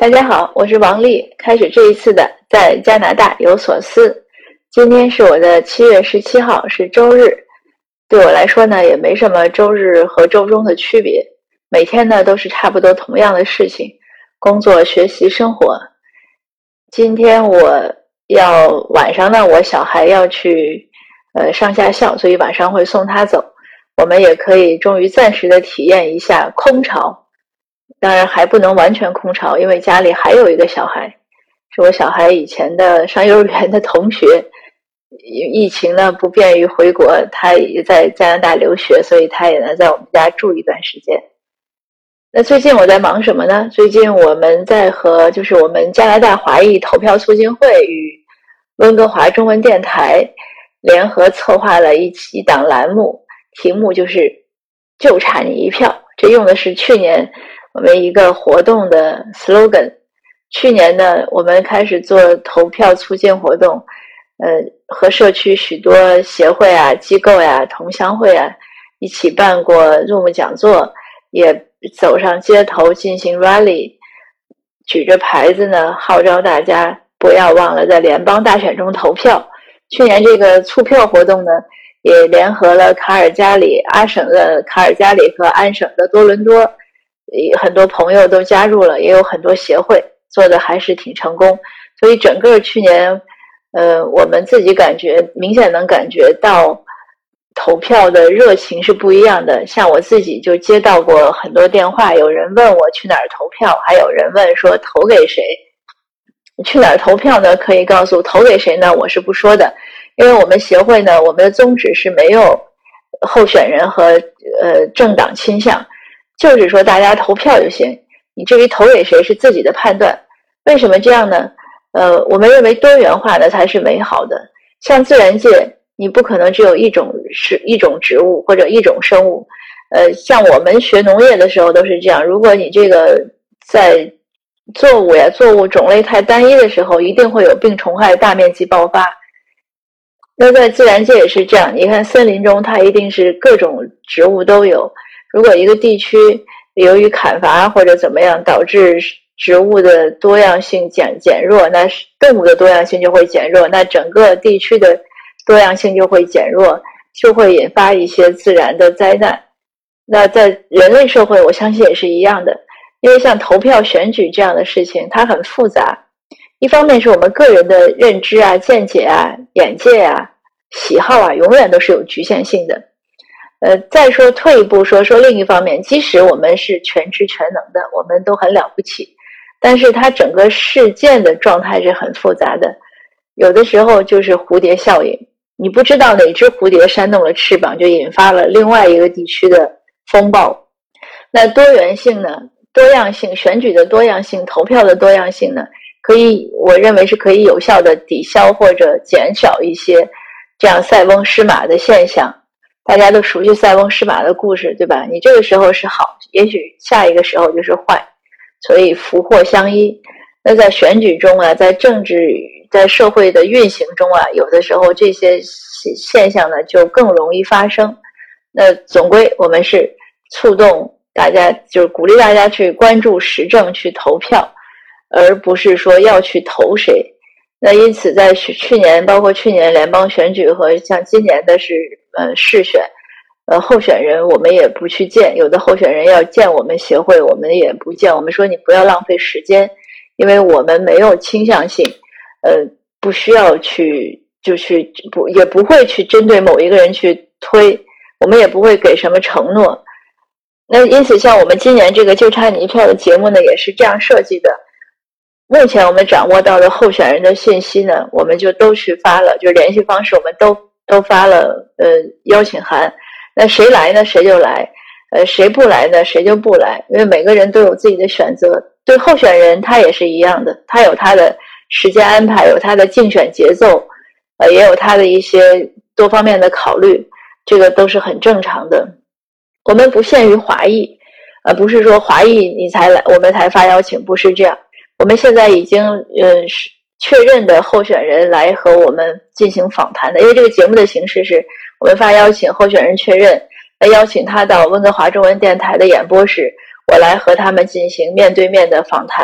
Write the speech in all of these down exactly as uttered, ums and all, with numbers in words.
大家好，我是王丽，开始这一次的在加拿大有所思。今天是我的七月十七号，是周日。对我来说呢，也没什么周日和周中的区别，每天呢都是差不多同样的事情，工作、学习、生活。今天我要晚上呢，我小孩要去呃上下校，所以晚上会送他走。我们也可以终于暂时的体验一下空巢。当然还不能完全空巢，因为家里还有一个小孩，是我小孩以前的上幼儿园的同学。疫情呢不便于回国，他也在加拿大留学，所以他也能在我们家住一段时间。那最近我在忙什么呢？最近我们在和就是我们加拿大华裔投票促进会与温哥华中文电台联合策划了一一档栏目，题目就是就差你一票。这用的是去年我们一个活动的 slogan。 去年呢，我们开始做投票促进活动，呃，和社区许多协会啊、机构呀、啊、同乡会啊一起办过 Zoom 讲座，也走上街头进行 rally， 举着牌子呢，号召大家不要忘了在联邦大选中投票。去年这个促票活动呢，也联合了卡尔加里、阿省的卡尔加里和安省的多伦多，很多朋友都加入了，也有很多协会，做的还是挺成功。所以整个去年呃，我们自己感觉明显能感觉到投票的热情是不一样的。像我自己就接到过很多电话，有人问我去哪儿投票，还有人问说投给谁。去哪儿投票呢？可以告诉投给谁呢？我是不说的，因为我们协会呢，我们的宗旨是没有候选人和呃政党倾向，就是说大家投票就行，你至于投给谁是自己的判断。为什么这样呢？呃，我们认为多元化的才是美好的。像自然界，你不可能只有一种是一种植物或者一种生物。呃，像我们学农业的时候都是这样，如果你这个在作物呀作物种类太单一的时候，一定会有病虫害大面积爆发。那在自然界也是这样，你看森林中它一定是各种植物都有。如果一个地区由于砍伐或者怎么样导致植物的多样性减减弱，那动物的多样性就会减弱，那整个地区的多样性就会减弱，就会引发一些自然的灾难。那在人类社会我相信也是一样的，因为像投票选举这样的事情它很复杂，一方面是我们个人的认知啊、见解啊、眼界啊、喜好啊永远都是有局限性的。呃，再说退一步说说另一方面，即使我们是全知全能的，我们都很了不起，但是它整个事件的状态是很复杂的。有的时候就是蝴蝶效应，你不知道哪只蝴蝶扇动了翅膀，就引发了另外一个地区的风暴。那多元性呢，多样性，选举的多样性，投票的多样性呢，可以我认为是可以有效的抵消或者减少一些这样塞翁失马的现象。大家都熟悉塞翁失马的故事，对吧？你这个时候是好，也许下一个时候就是坏，所以福祸相依。那在选举中啊，在政治在社会的运行中啊，有的时候这些现象呢就更容易发生。那总归我们是促动大家，就是鼓励大家去关注时政，去投票，而不是说要去投谁。那因此在去年包括去年联邦选举和像今年的是呃市选，呃候选人我们也不去见，有的候选人要见我们协会我们也不见，我们说你不要浪费时间，因为我们没有倾向性，呃不需要去就去不也不会去针对某一个人去推，我们也不会给什么承诺。那因此像我们今年这个就差你一票的节目呢也是这样设计的。目前我们掌握到的候选人的信息呢，我们就都去发了，就联系方式我们都都发了呃邀请函。那谁来呢谁就来，呃谁不来呢谁就不来，因为每个人都有自己的选择。对候选人他也是一样的，他有他的时间安排，有他的竞选节奏，呃也有他的一些多方面的考虑，这个都是很正常的。我们不限于华裔，呃不是说华裔你才来我们才发邀请，不是这样。我们现在已经呃确认的候选人来和我们进行访谈的，因为这个节目的形式是我们发邀请，候选人确认，来邀请他到温哥华中文电台的演播室，我来和他们进行面对面的访谈，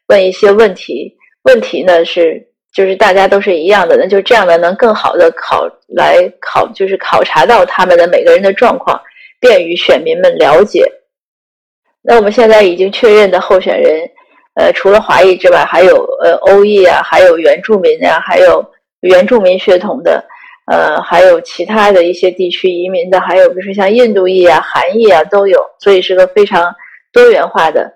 问一些问题，问题呢是就是大家都是一样的，那就这样的能更好的考来考就是考察到他们的每个人的状况，便于选民们了解。那我们现在已经确认的候选人，呃，除了华裔之外，还有呃欧裔啊，还有原住民啊，还有原住民血统的，呃，还有其他的一些地区移民的，还有比如说像印度裔啊、韩裔啊都有，所以是个非常多元化的。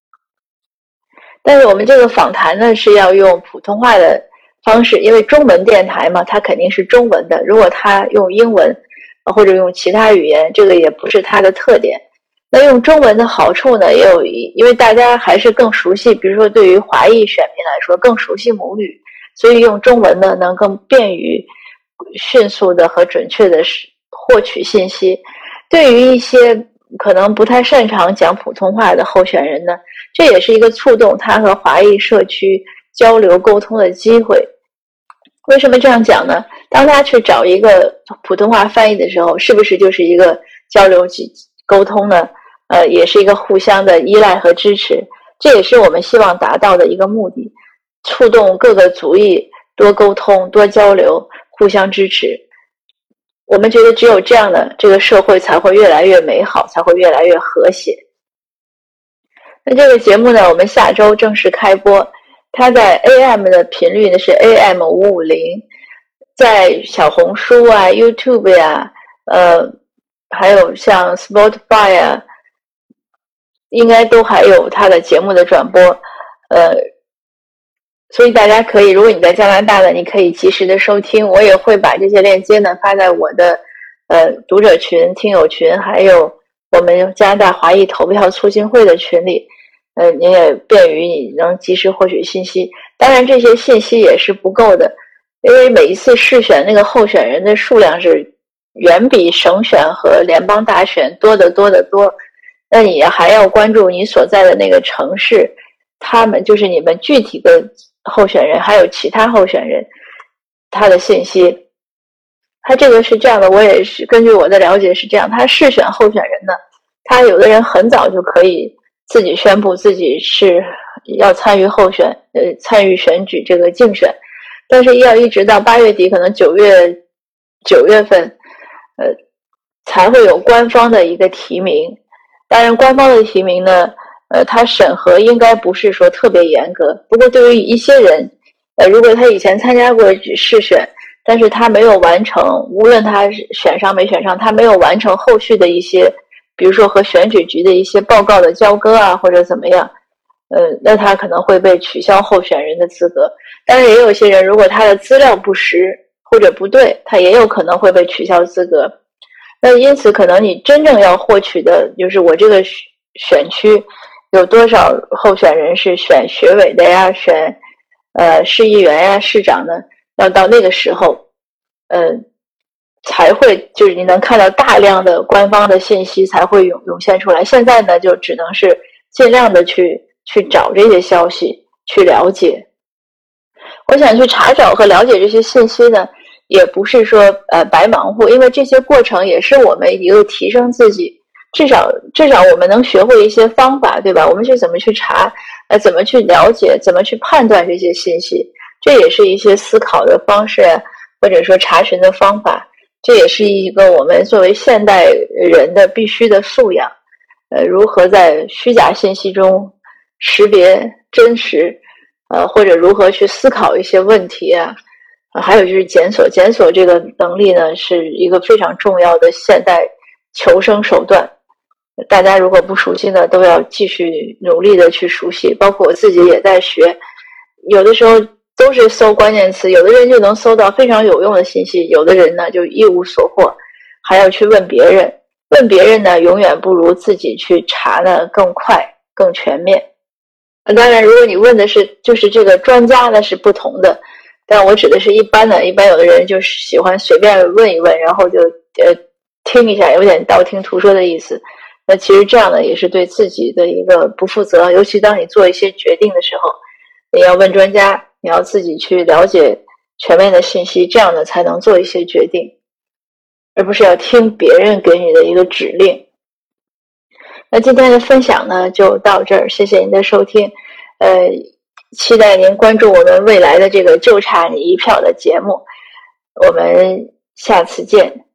但是我们这个访谈呢是要用普通话的方式，因为中文电台嘛，它肯定是中文的。如果它用英文或者用其他语言，这个也不是它的特点。那用中文的好处呢，也有一，因为大家还是更熟悉，比如说对于华裔选民来说更熟悉母语，所以用中文呢能更便于迅速的和准确的获取信息。对于一些可能不太擅长讲普通话的候选人呢，这也是一个触动他和华裔社区交流沟通的机会。为什么这样讲呢？当他去找一个普通话翻译的时候，是不是就是一个交流沟通呢？呃，也是一个互相的依赖和支持，这也是我们希望达到的一个目的，触动各个族裔多沟通、多交流、互相支持。我们觉得只有这样的，这个社会才会越来越美好，才会越来越和谐。那这个节目呢，我们下周正式开播，它在 A M 的频率呢是 A M 五五零，在小红书啊、YouTube 呀、啊，呃，还有像 Spotify 啊，应该都还有它的节目的转播，呃，所以大家可以，如果你在加拿大呢，你可以及时的收听。我也会把这些链接呢发在我的呃读者群、听友群，还有我们加拿大华裔投票促进会的群里，呃，你也便于你能及时获取信息。当然，这些信息也是不够的，因为每一次试选那个候选人的数量是远比省选和联邦大选多得多得多。那你还要关注你所在的那个城市，他们就是你们具体的候选人，还有其他候选人他的信息。他这个是这样的，我也是根据我的了解是这样，他试选候选人呢，他有的人很早就可以自己宣布自己是要参与候选，呃，参与选举这个竞选，但是要一直到八月底，可能九月九月份，呃，才会有官方的一个提名。当然，官方的提名呢，呃，它审核应该不是说特别严格。不过，对于一些人，呃，如果他以前参加过试选，但是他没有完成，无论他选上没选上，他没有完成后续的一些，比如说和选举局的一些报告的交割啊，或者怎么样，呃，那他可能会被取消候选人的资格。当然，也有些人，如果他的资料不实或者不对，他也有可能会被取消资格。那因此，可能你真正要获取的，就是我这个选区有多少候选人是选学委的呀，选呃市议员呀、市长呢？要到那个时候，呃，才会就是你能看到大量的官方的信息才会涌涌现出来。现在呢，就只能是尽量的去去找这些消息，去了解。我想去查找和了解这些信息呢。也不是说呃白忙活，因为这些过程也是我们一个提升自己，至少至少我们能学会一些方法，对吧？我们去怎么去查，呃，怎么去了解，怎么去判断这些信息，这也是一些思考的方式，或者说查询的方法，这也是一个我们作为现代人的必须的素养。呃，如何在虚假信息中识别真实，呃，或者如何去思考一些问题啊。还有就是检索，检索这个能力呢，是一个非常重要的现代求生手段。大家如果不熟悉呢，都要继续努力的去熟悉。包括我自己也在学，有的时候都是搜关键词，有的人就能搜到非常有用的信息，有的人呢就一无所获，还要去问别人。问别人呢，永远不如自己去查呢更快、更全面。当然，如果你问的是就是这个专家呢，是不同的。但我指的是一般的，一般有的人就是喜欢随便问一问，然后就呃听一下，有点道听途说的意思。那其实这样呢，也是对自己的一个不负责。尤其当你做一些决定的时候，你要问专家，你要自己去了解全面的信息，这样呢才能做一些决定，而不是要听别人给你的一个指令。那今天的分享呢就到这儿，谢谢您的收听。呃。 期待您关注我们未来的这个就差你一票的节目，我们下次见。